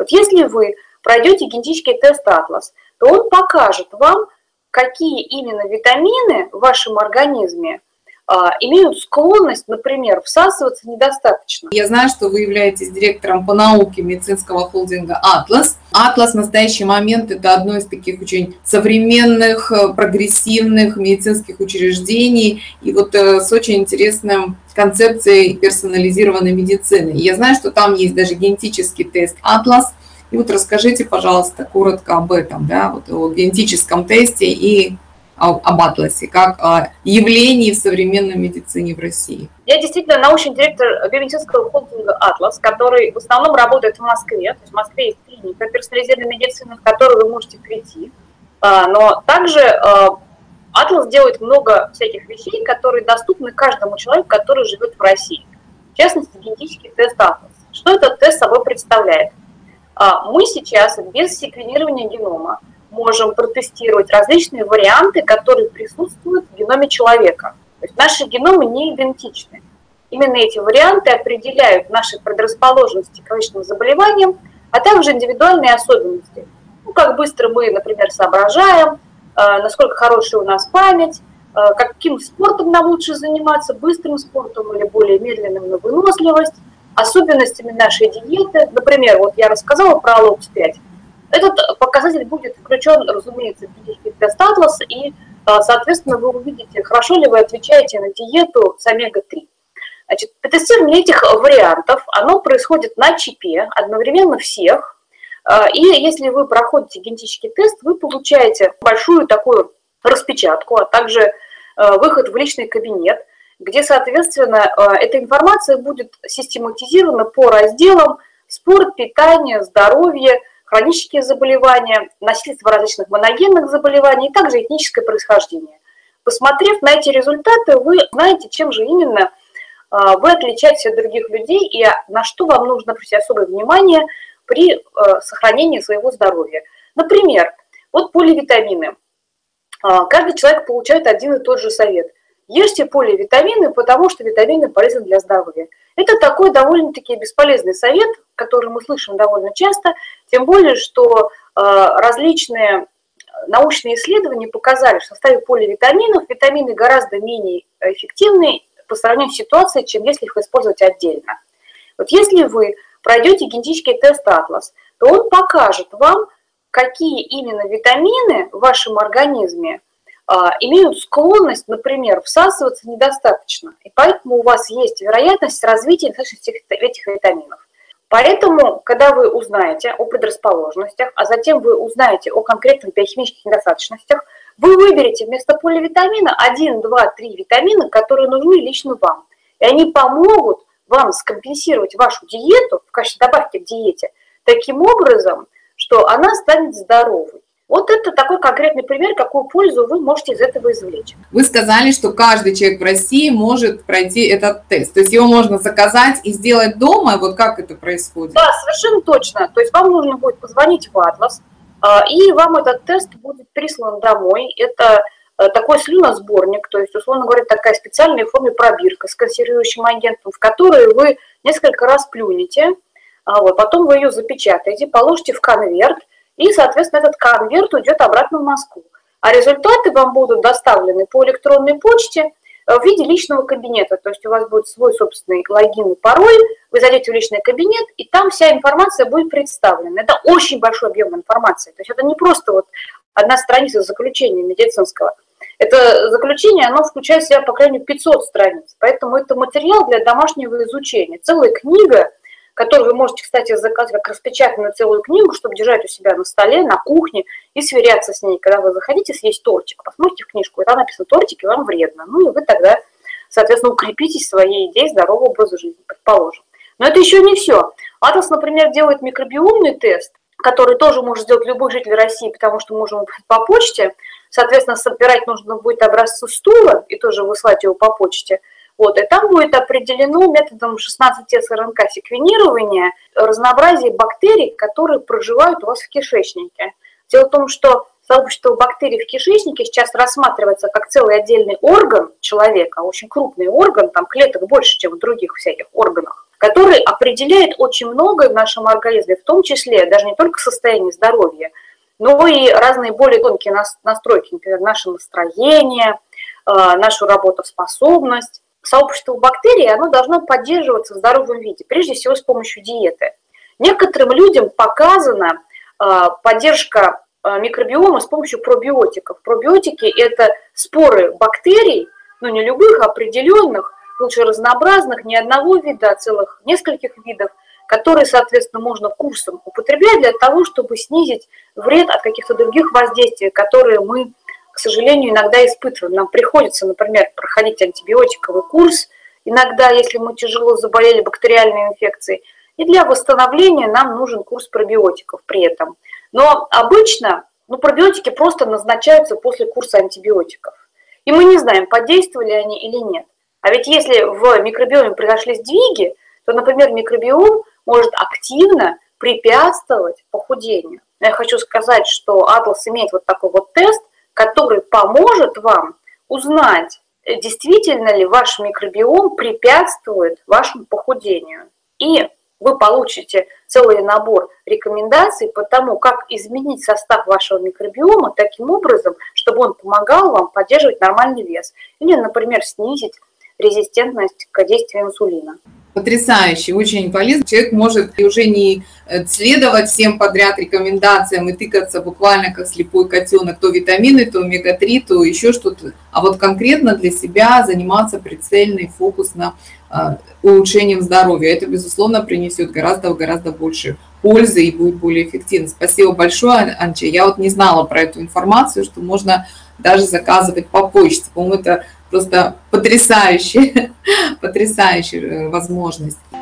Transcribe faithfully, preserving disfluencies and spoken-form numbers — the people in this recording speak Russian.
Вот если вы пройдете генетический тест Атлас, то он покажет вам, какие именно витамины в вашем организме а, имеют склонность, например, всасываться недостаточно. Я знаю, что вы являетесь директором по науке медицинского холдинга «Атлас». «Атлас» в настоящий момент – это одно из таких очень современных, прогрессивных медицинских учреждений, и вот с очень интересной концепцией персонализированной медицины. Я знаю, что там есть даже генетический тест «Атлас». И вот расскажите, пожалуйста, коротко об этом, да, вот о генетическом тесте и об Атласе, как о явлении в современной медицине в России. Я действительно научный директор биомедицинского холдинга «Атлас», который в основном работает в Москве. То есть в Москве есть клиника персонализированной медицины, в которую вы можете прийти. Но также «Атлас» делает много всяких вещей, которые доступны каждому человеку, который живет в России. В частности, генетический тест «Атлас». Что этот тест собой представляет? Мы сейчас без секвенирования генома можем протестировать различные варианты, которые присутствуют в геноме человека. То есть наши геномы не идентичны. Именно эти варианты определяют наши предрасположенности к различным заболеваниям, а также индивидуальные особенности. Ну, как быстро мы, например, соображаем, насколько хорошая у нас память, каким спортом нам лучше заниматься, быстрым спортом или более медленным на выносливость, особенностями нашей диеты. Например, вот я рассказала про локс пять. Этот показатель будет включен, разумеется, в генетический тест Атласа, и, соответственно, вы увидите, хорошо ли вы отвечаете на диету с омега три. Значит, тестирование этих вариантов, оно происходит на чипе, одновременно всех. И если вы проходите генетический тест, вы получаете большую такую распечатку, а также выход в личный кабинет, где, соответственно, эта информация будет систематизирована по разделам спорт, питание, здоровье, хронические заболевания, носительство различных моногенных заболеваний и также этническое происхождение. Посмотрев на эти результаты, вы знаете, чем же именно вы отличаетесь от других людей и на что вам нужно обратить особое внимание при сохранении своего здоровья. Например, вот поливитамины. Каждый человек получает один и тот же совет. Ешьте поливитамины, потому что витамины полезны для здоровья. Это такой довольно-таки бесполезный совет, который мы слышим довольно часто, тем более, что различные научные исследования показали, что в составе поливитаминов витамины гораздо менее эффективны по сравнению с ситуацией, чем если их использовать отдельно. Вот если вы пройдете генетический тест Атлас, то он покажет вам, какие именно витамины в вашем организме имеют склонность, например, всасываться недостаточно. И поэтому у вас есть вероятность развития этих витаминов. Поэтому, когда вы узнаете о предрасположенностях, а затем вы узнаете о конкретных биохимических недостаточностях, вы выберете вместо поливитамина один, два, три витамина, которые нужны лично вам. И они помогут вам скомпенсировать вашу диету в качестве добавки к диете таким образом, что она станет здоровой. Вот это такой конкретный пример, какую пользу вы можете из этого извлечь. Вы сказали, что каждый человек в России может пройти этот тест. То есть его можно заказать и сделать дома. Вот как это происходит? Да, совершенно точно. То есть вам нужно будет позвонить в Атлас, и вам этот тест будет прислан домой. Это такой слюносборник, то есть, условно говоря, такая специальная в форме пробирка с консервирующим агентом, в которую вы несколько раз плюнете, вот, потом вы ее запечатаете, положите в конверт, и, соответственно, этот конверт уйдет обратно в Москву. А результаты вам будут доставлены по электронной почте в виде личного кабинета. То есть у вас будет свой собственный логин и пароль, вы зайдете в личный кабинет, и там вся информация будет представлена. Это очень большой объем информации. То есть это не просто вот одна страница заключения медицинского. Это заключение, оно включает в себя, по крайней мере, пятьсот страниц. Поэтому это материал для домашнего изучения. Целая книга, которую вы можете, кстати, заказать как распечатанную целую книгу, чтобы держать у себя на столе, на кухне и сверяться с ней. Когда вы заходите съесть тортик, посмотрите в книжку, и там написано «тортик, и вам вредно». Ну и вы тогда, соответственно, укрепитесь в своей идее здорового образа жизни, предположим. Но это еще не все. Атлас, например, делает микробиомный тест, который тоже может сделать любой житель России, потому что можем его по почте. Соответственно, собирать нужно будет образцы стула и тоже выслать его по почте. Вот, и там будет определено методом шестнадцать эс эр эн ка секвенирования разнообразие бактерий, которые проживают у вас в кишечнике. Дело в том, что сообщество бактерий в кишечнике сейчас рассматривается как целый отдельный орган человека, очень крупный орган, там клеток больше, чем в других всяких органах. который определяет очень многое в нашем организме, в том числе даже не только состояние здоровья, но и разные более тонкие настройки, например, наше настроение, нашу работоспособность. Сообщество бактерий, оно должно поддерживаться в здоровом виде, прежде всего с помощью диеты. Некоторым людям показана поддержка микробиома с помощью пробиотиков. Пробиотики – это споры бактерий, ну не любых, а определенных, лучше разнообразных, не одного вида, а целых нескольких видов, которые, соответственно, можно курсом употреблять для того, чтобы снизить вред от каких-то других воздействий, которые мы, к сожалению, иногда испытываем. Нам приходится, например, проходить антибиотиковый курс, иногда, если мы тяжело заболели бактериальной инфекцией, и для восстановления нам нужен курс пробиотиков при этом. Но обычно ну, пробиотики просто назначаются после курса антибиотиков. И мы не знаем, подействовали они или нет. А ведь если в микробиоме произошли сдвиги, то, например, микробиом может активно препятствовать похудению. Но я хочу сказать, что Атлас имеет вот такой вот тест, который поможет вам узнать, действительно ли ваш микробиом препятствует вашему похудению. И вы получите целый набор рекомендаций по тому, как изменить состав вашего микробиома таким образом, чтобы он помогал вам поддерживать нормальный вес. Или, например, снизить резистентность к действию инсулина. Потрясающе, очень полезно. Человек может уже не следовать всем подряд рекомендациям и тыкаться буквально как слепой котенок, то витамины, то омега три, то еще что-то, а вот конкретно для себя заниматься прицельно и фокусно улучшением здоровья. Это, безусловно, принесет гораздо-гораздо больше пользы и будет более эффективно. Спасибо большое, Анча. Я вот не знала про эту информацию, что можно даже заказывать по почте. По-моему, это просто потрясающая, потрясающая возможность.